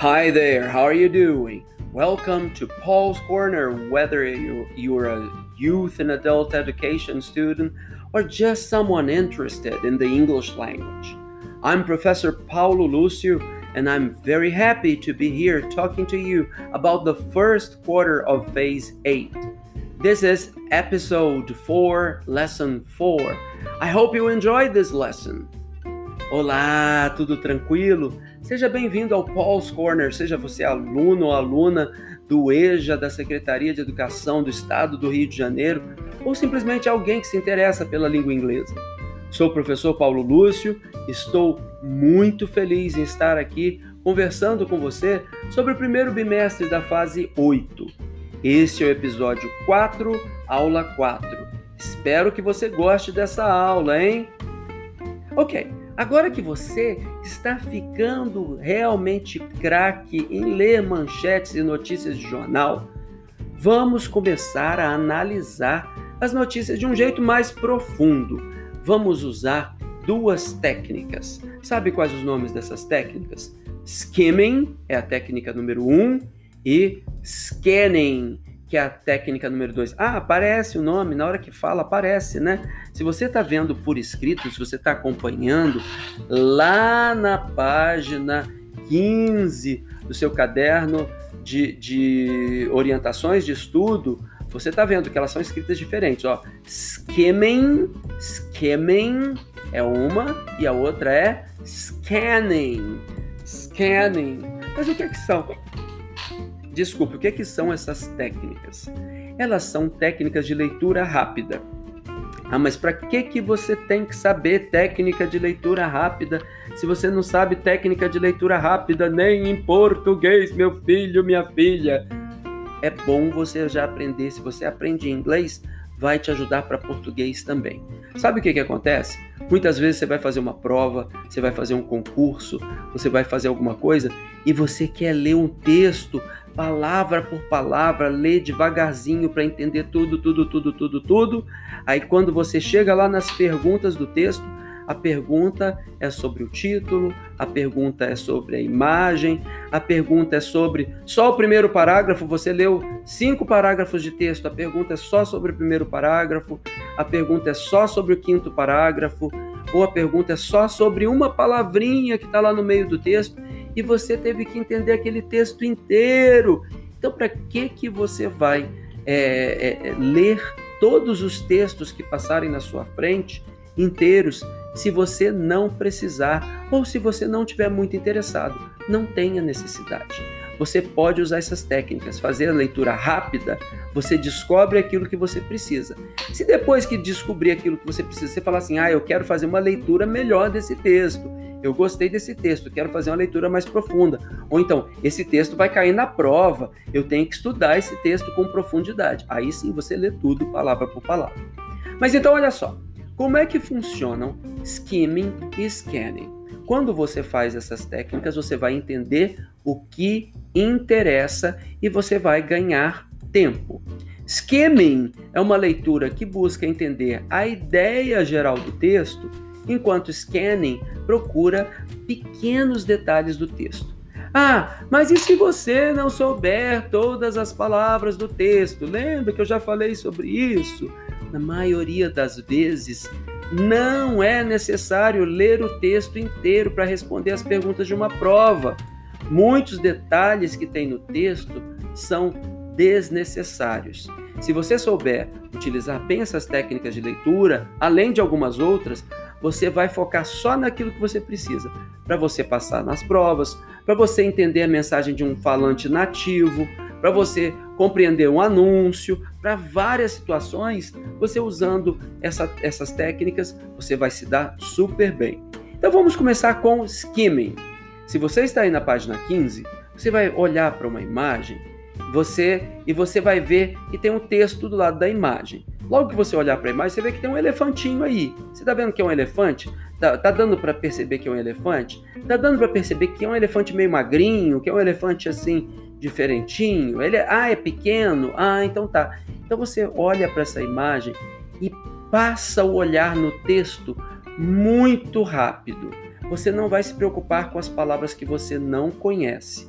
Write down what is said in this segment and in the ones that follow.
Hi there, how are you doing? Welcome to Paul's Corner, whether you're a youth and adult education student or just someone interested in the English language. I'm Professor Paulo Lúcio, and I'm very happy to be here talking to you about the first quarter of Phase 8. This is Episode 4, Lesson 4. I hope you enjoyed this lesson. Olá, tudo tranquilo? Seja bem-vindo ao Paul's Corner, seja você aluno ou aluna do EJA, da Secretaria de Educação do Estado do Rio de Janeiro, ou simplesmente alguém que se interessa pela língua inglesa. Sou o professor Paulo Lúcio, estou muito feliz em estar aqui conversando com você sobre o primeiro bimestre da fase 8. Este é o episódio 4, aula 4. Espero que você goste dessa aula, hein? Ok. Agora que você está ficando realmente craque em ler manchetes e notícias de jornal, vamos começar a analisar as notícias de um jeito mais profundo. Vamos usar duas técnicas. Sabe quais os nomes dessas técnicas? Skimming é a técnica número 1 e scanning, que é a técnica número 2. Aparece o nome, na hora que fala aparece, né? Se você está vendo por escrito, se você está acompanhando, lá na página 15 do seu caderno de orientações de estudo, você está vendo que elas são escritas diferentes. Ó, skimming é uma e a outra é scanning. Mas o que são? Desculpe, o que são essas técnicas? Elas são técnicas de leitura rápida. Mas para que você tem que saber técnica de leitura rápida se você não sabe técnica de leitura rápida nem em português, meu filho, minha filha? É bom você já aprender. Se você aprende inglês, vai te ajudar para português também. Sabe o que acontece? Muitas vezes você vai fazer uma prova, você vai fazer um concurso, você vai fazer alguma coisa e você quer ler um texto palavra por palavra, ler devagarzinho para entender tudo. Aí quando você chega lá nas perguntas do texto, a pergunta é sobre o título, a pergunta é sobre a imagem, a pergunta é sobre só o primeiro parágrafo, você leu 5 parágrafos de texto, a pergunta é só sobre o primeiro parágrafo, a pergunta é só sobre o 5º parágrafo, ou a pergunta é só sobre uma palavrinha que está lá no meio do texto, e você teve que entender aquele texto inteiro. Então, para que você vai ler todos os textos que passarem na sua frente, inteiros, se você não precisar ou se você não estiver muito interessado? Não tenha necessidade. Você pode usar essas técnicas, fazer a leitura rápida, você descobre aquilo que você precisa. Se depois que descobrir aquilo que você precisa, você falar assim, eu quero fazer uma leitura melhor desse texto, eu gostei desse texto, quero fazer uma leitura mais profunda. Ou então, esse texto vai cair na prova, eu tenho que estudar esse texto com profundidade. Aí sim você lê tudo palavra por palavra. Mas então olha só, como é que funcionam skimming e scanning? Quando você faz essas técnicas, você vai entender o que interessa e você vai ganhar tempo. Skimming é uma leitura que busca entender a ideia geral do texto, enquanto scanning procura pequenos detalhes do texto. Mas e se você não souber todas as palavras do texto? Lembra que eu já falei sobre isso? Na maioria das vezes, não é necessário ler o texto inteiro para responder as perguntas de uma prova. Muitos detalhes que tem no texto são desnecessários. Se você souber utilizar bem essas técnicas de leitura, além de algumas outras, você vai focar só naquilo que você precisa, para você passar nas provas, para você entender a mensagem de um falante nativo, para você compreender um anúncio, para várias situações, você usando essas técnicas, você vai se dar super bem. Então vamos começar com skimming. Se você está aí na página 15, você vai olhar para uma imagem, você vai ver que tem um texto do lado da imagem. Logo que você olhar para a imagem, você vê que tem um elefantinho aí. Você está vendo que é um elefante? Tá dando para perceber que é um elefante? Tá dando para perceber que é um elefante meio magrinho, que é um elefante assim, diferentinho? Ele é pequeno? Então tá. Então você olha para essa imagem e passa o olhar no texto muito rápido. Você não vai se preocupar com as palavras que você não conhece.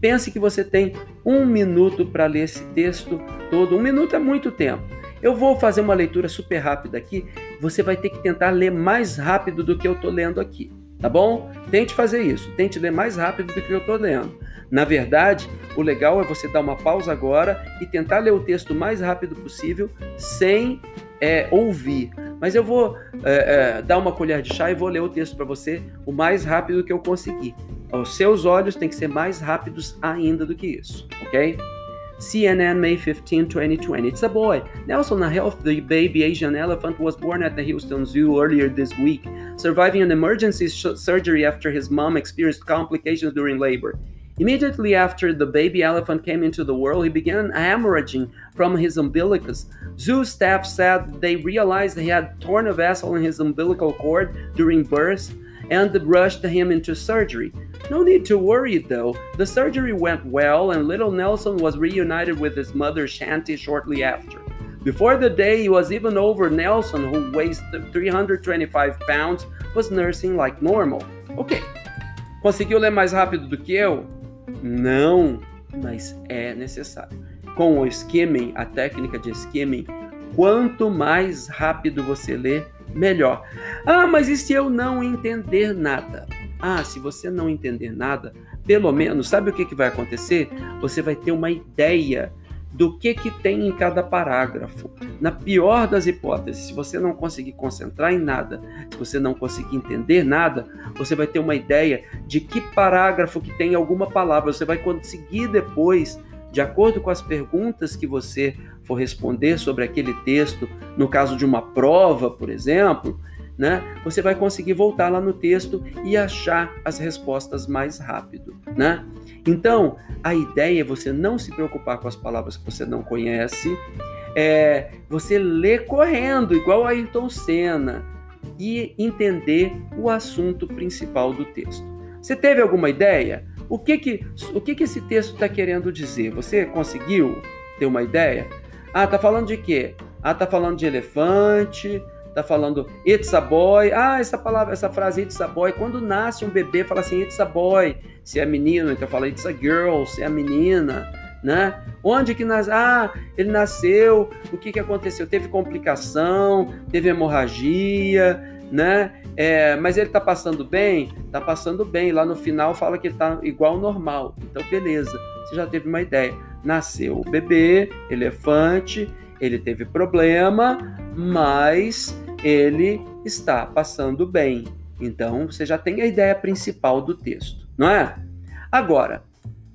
Pense que você tem 1 minuto para ler esse texto todo. 1 minuto é muito tempo. Eu vou fazer uma leitura super rápida aqui. Você vai ter que tentar ler mais rápido do que eu estou lendo aqui, tá bom? Tente fazer isso. Tente ler mais rápido do que eu estou lendo. Na verdade, o legal é você dar uma pausa agora e tentar ler o texto o mais rápido possível sem ouvir. Mas eu vou dar uma colher de chá e vou ler o texto para você o mais rápido que eu conseguir. Os seus olhos têm que ser mais rápidos ainda do que isso, ok? CNN, May 15, 2020. It's a boy. Nelson, a healthy baby Asian elephant, was born at the Houston Zoo earlier this week, surviving an emergency surgery after his mom experienced complications during labor. Immediately after the baby elephant came into the world, he began hemorrhaging from his umbilicus. Zoo staff said they realized he had torn a vessel in his umbilical cord during birth and rushed him into surgery. No need to worry though. The surgery went well and little Nelson was reunited with his mother Shanti shortly after. Before the day was even over, Nelson, who weighs 325 pounds, was nursing like normal. Ok. Conseguiu ler mais rápido do que eu? Não, mas é necessário. Com o skimming, a técnica de skimming, quanto mais rápido você lê, melhor. Ah, mas e se eu não entender nada? Ah, se você não entender nada, pelo menos, sabe o que vai acontecer? Você vai ter uma ideia do que tem em cada parágrafo. Na pior das hipóteses, se você não conseguir concentrar em nada, se você não conseguir entender nada, você vai ter uma ideia de que parágrafo que tem alguma palavra. Você vai conseguir depois, de acordo com as perguntas que você for responder sobre aquele texto, no caso de uma prova, por exemplo, né? Você vai conseguir voltar lá no texto e achar as respostas mais rápido, né? Então, a ideia é você não se preocupar com as palavras que você não conhece, você lê correndo, igual a Ayrton Senna, e entender o assunto principal do texto. Você teve alguma ideia? O que esse texto está querendo dizer? Você conseguiu ter uma ideia? Ah, tá falando de quê? Ah, tá falando de elefante, tá falando it's a boy. Ah, essa frase it's a boy, quando nasce um bebê fala assim it's a boy, se é menino, então fala it's a girl, se é menina, né? Onde que nasce? Ah, ele nasceu, o que aconteceu? Teve complicação, teve hemorragia, né? Mas ele tá passando bem? Tá passando bem, lá no final fala que ele tá igual ao normal, então beleza, você já teve uma ideia. Nasceu o bebê, elefante, ele teve problema, mas ele está passando bem. Então, você já tem a ideia principal do texto, não é? Agora,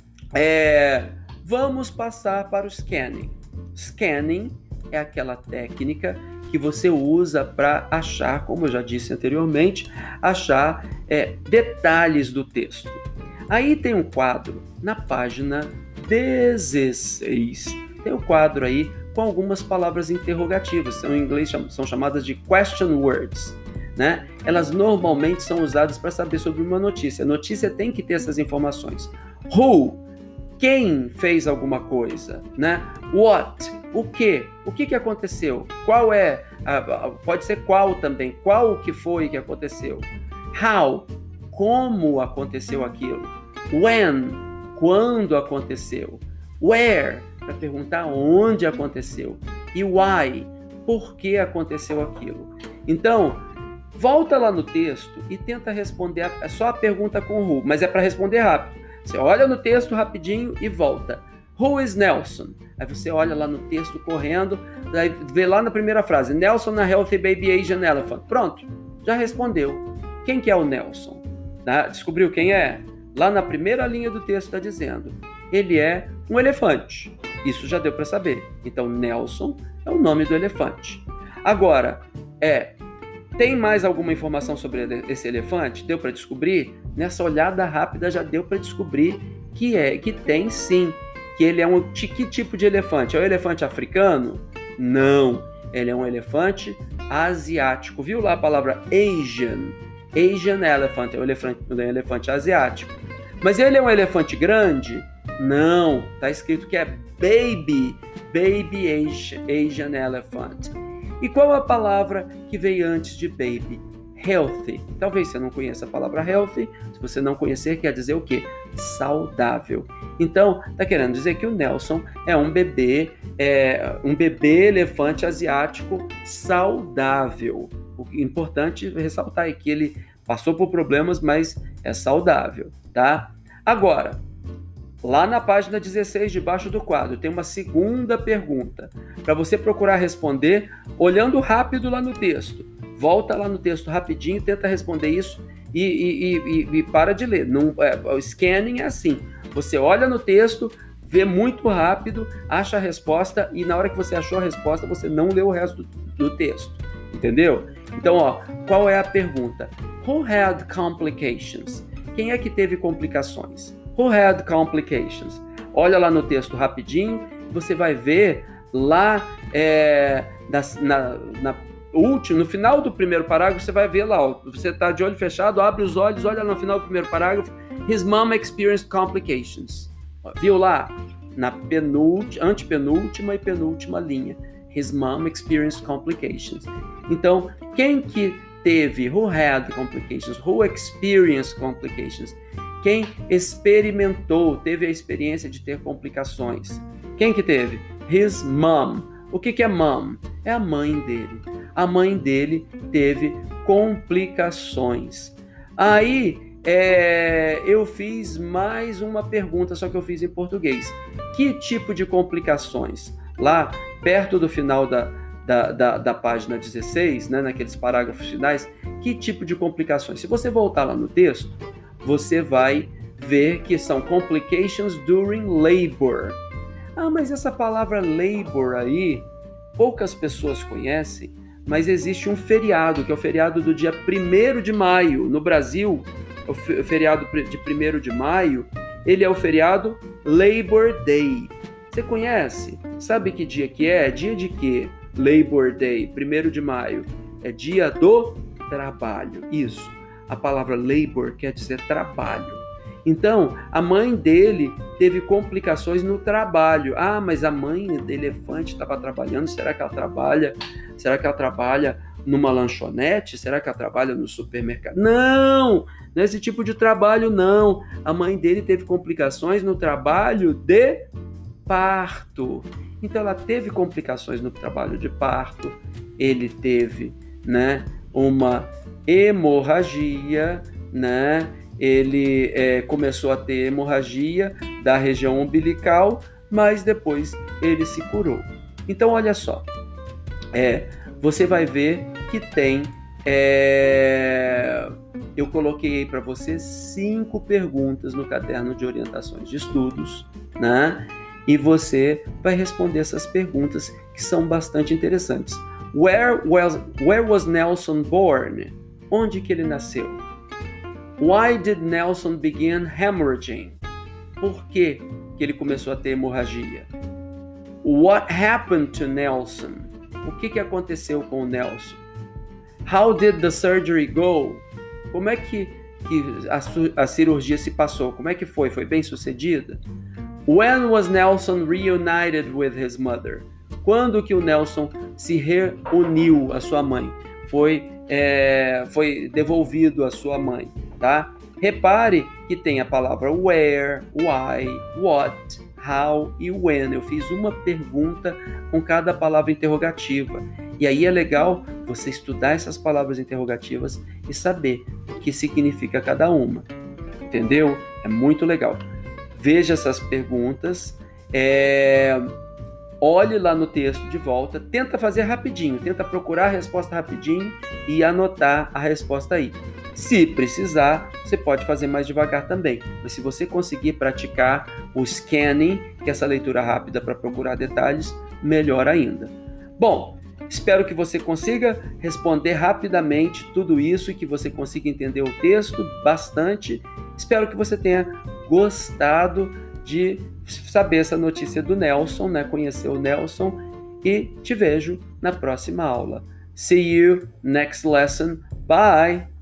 vamos passar para o scanning. Scanning é aquela técnica que você usa para achar, como eu já disse anteriormente, achar detalhes do texto. Aí tem um quadro na página 16. Tem um quadro aí com algumas palavras interrogativas, em inglês são chamadas de question words, né? Elas normalmente são usadas para saber sobre uma notícia. A notícia tem que ter essas informações. Who? Quem fez alguma coisa, né? What? O que? O que aconteceu? Qual é? Pode ser qual também. Qual o que foi que aconteceu? How? Como aconteceu aquilo? When? Quando aconteceu? Where? Para perguntar onde aconteceu. E why? Por que aconteceu aquilo? Então, volta lá no texto e tenta responder só a pergunta com who, mas é para responder rápido. Você olha no texto rapidinho e volta. Who is Nelson? Aí você olha lá no texto correndo, aí vê lá na primeira frase, Nelson, a healthy baby Asian elephant. Pronto, já respondeu. Quem que é o Nelson? Descobriu quem é? Lá na primeira linha do texto está dizendo, ele é um elefante. Isso já deu para saber. Então, Nelson é o nome do elefante. Agora, tem mais alguma informação sobre esse elefante? Deu para descobrir? Nessa olhada rápida já deu para descobrir que tem sim. Que ele é que tipo de elefante? É um elefante africano? Não. Ele é um elefante asiático. Viu lá a palavra Asian? Asian elephant. É um elefante asiático. Mas ele é um elefante grande? Não. Está escrito que é Baby Asian elephant. E qual a palavra que veio antes de baby? Healthy. Talvez você não conheça a palavra healthy. Se você não conhecer, quer dizer o quê? saudável. Então, tá querendo dizer que o Nelson é um bebê elefante asiático saudável. O importante é ressaltar é que ele passou por problemas, mas é saudável, tá? Agora, lá na página 16, debaixo do quadro, tem uma segunda pergunta para você procurar responder olhando rápido lá no texto. Volta lá no texto rapidinho, tenta responder isso e para de ler. O scanning é assim, você olha no texto, vê muito rápido, acha a resposta e na hora que você achou a resposta, você não lê o resto do texto, entendeu? Então, qual é a pergunta? Who had complications? Quem é que teve complicações? Who had complications? Olha lá no texto rapidinho, você vai ver lá no final do primeiro parágrafo, você vai ver lá, você está de olho fechado, abre os olhos, olha no final do primeiro parágrafo, his mom experienced complications. Viu lá? Na antepenúltima e penúltima linha. His mom experienced complications. Então, quem que teve, who had complications, who experienced complications? Quem experimentou, teve a experiência de ter complicações. Quem que teve? His mom. O que é mom? É a mãe dele. A mãe dele teve complicações. Aí, eu fiz mais uma pergunta, só que eu fiz em português. Que tipo de complicações? Lá, perto do final da página 16, né, naqueles parágrafos finais, que tipo de complicações? Se você voltar lá no texto, você vai ver que são complications during labor. Mas essa palavra labor aí, poucas pessoas conhecem, mas existe um feriado, que é o feriado do dia 1º de maio. No Brasil, o feriado de 1º de maio, ele é o feriado Labor Day. Você conhece? Sabe que dia que é? Dia de quê? Labor Day, 1º de maio. É dia do trabalho. Isso. A palavra labor quer dizer trabalho. Então, a mãe dele teve complicações no trabalho. Mas a mãe do elefante estava trabalhando. Será que ela trabalha? Será que ela trabalha numa lanchonete? Será que ela trabalha no supermercado? Não é esse tipo de trabalho, não. A mãe dele teve complicações no trabalho de parto. Então, ela teve complicações no trabalho de parto. Ele teve, uma hemorragia, Ele começou a ter hemorragia da região umbilical, mas depois ele se curou. Então, olha só, você vai ver que tem, eu coloquei para você 5 perguntas no caderno de orientações de estudos, E você vai responder essas perguntas que são bastante interessantes. Where was Nelson born? Onde que ele nasceu? Why did Nelson begin hemorrhaging? Por que ele começou a ter hemorragia? What happened to Nelson? O que aconteceu com o Nelson? How did the surgery go? Como é que a cirurgia se passou? Como é que foi? Foi bem sucedida? When was Nelson reunited with his mother? Quando que o Nelson se reuniu à sua mãe? Foi devolvido à sua mãe, tá? Repare que tem a palavra where, why, what, how e when. Eu fiz uma pergunta com cada palavra interrogativa. E aí é legal você estudar essas palavras interrogativas e saber o que significa cada uma. Entendeu? É muito legal. Veja essas perguntas, olhe lá no texto de volta, tenta fazer rapidinho, tenta procurar a resposta rapidinho e anotar a resposta aí. Se precisar, você pode fazer mais devagar também, mas se você conseguir praticar o scanning, que é essa leitura rápida para procurar detalhes, melhor ainda. Bom, espero que você consiga responder rapidamente tudo isso e que você consiga entender o texto bastante. Espero que você tenha gostado de saber essa notícia do Nelson, conhecer o Nelson, e te vejo na próxima aula. See you next lesson. Bye!